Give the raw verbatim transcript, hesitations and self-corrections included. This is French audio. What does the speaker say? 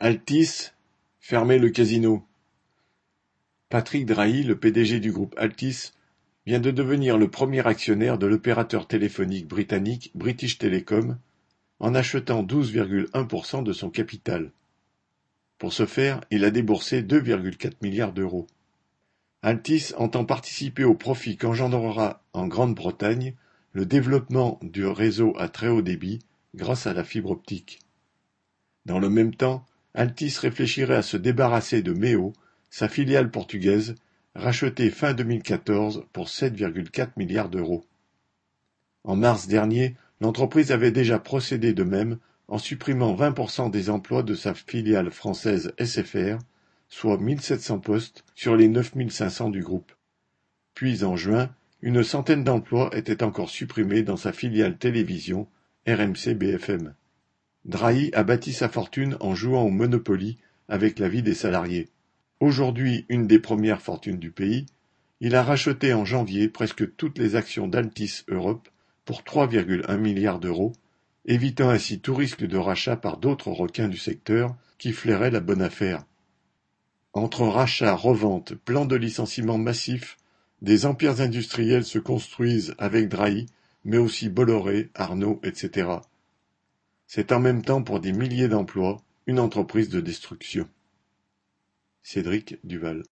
Altice fermer le casino. Patrick Drahi, le P D G du groupe Altice, vient de devenir le premier actionnaire de l'opérateur téléphonique britannique British Telecom en achetant douze virgule un pour cent de son capital. Pour ce faire, il a déboursé deux virgule quatre milliards d'euros. Altice entend participer au profit qu'engendrera en Grande-Bretagne le développement du réseau à très haut débit grâce à la fibre optique. Dans le même temps, Altice réfléchirait à se débarrasser de Meo, sa filiale portugaise, rachetée fin deux mille quatorze pour sept virgule quatre milliards d'euros. En mars dernier, l'entreprise avait déjà procédé de même en supprimant vingt pour cent des emplois de sa filiale française S F R, soit mille sept cents postes sur les neuf mille cinq cents du groupe. Puis en juin, une centaine d'emplois étaient encore supprimés dans sa filiale télévision R M C B F M. Drahi a bâti sa fortune en jouant au Monopoly avec la vie des salariés. Aujourd'hui une des premières fortunes du pays, il a racheté en janvier presque toutes les actions d'Altis Europe pour trois virgule un milliards d'euros, évitant ainsi tout risque de rachat par d'autres requins du secteur qui flairaient la bonne affaire. Entre rachats, reventes, plans de licenciement massifs, des empires industriels se construisent avec Drahi, mais aussi Bolloré, Arnault, et cetera. C'est en même temps pour des milliers d'emplois une entreprise de destruction. Cédric Duval